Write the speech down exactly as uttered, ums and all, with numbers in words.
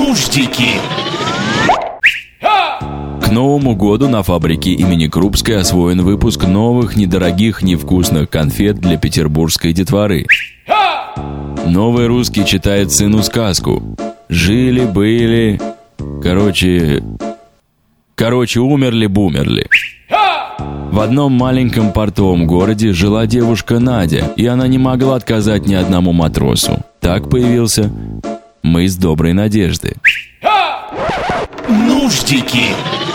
Нуждики. К Новому году на фабрике имени Крупской освоен выпуск новых, недорогих, невкусных конфет для петербургской детворы. Новый русский читает сыну сказку. Жили-были... Короче... Короче, умерли-бумерли. В одном маленьком портовом городе жила девушка Надя, и она не могла отказать ни одному матросу. Так появился мыс Доброй Надежды. Нуждики.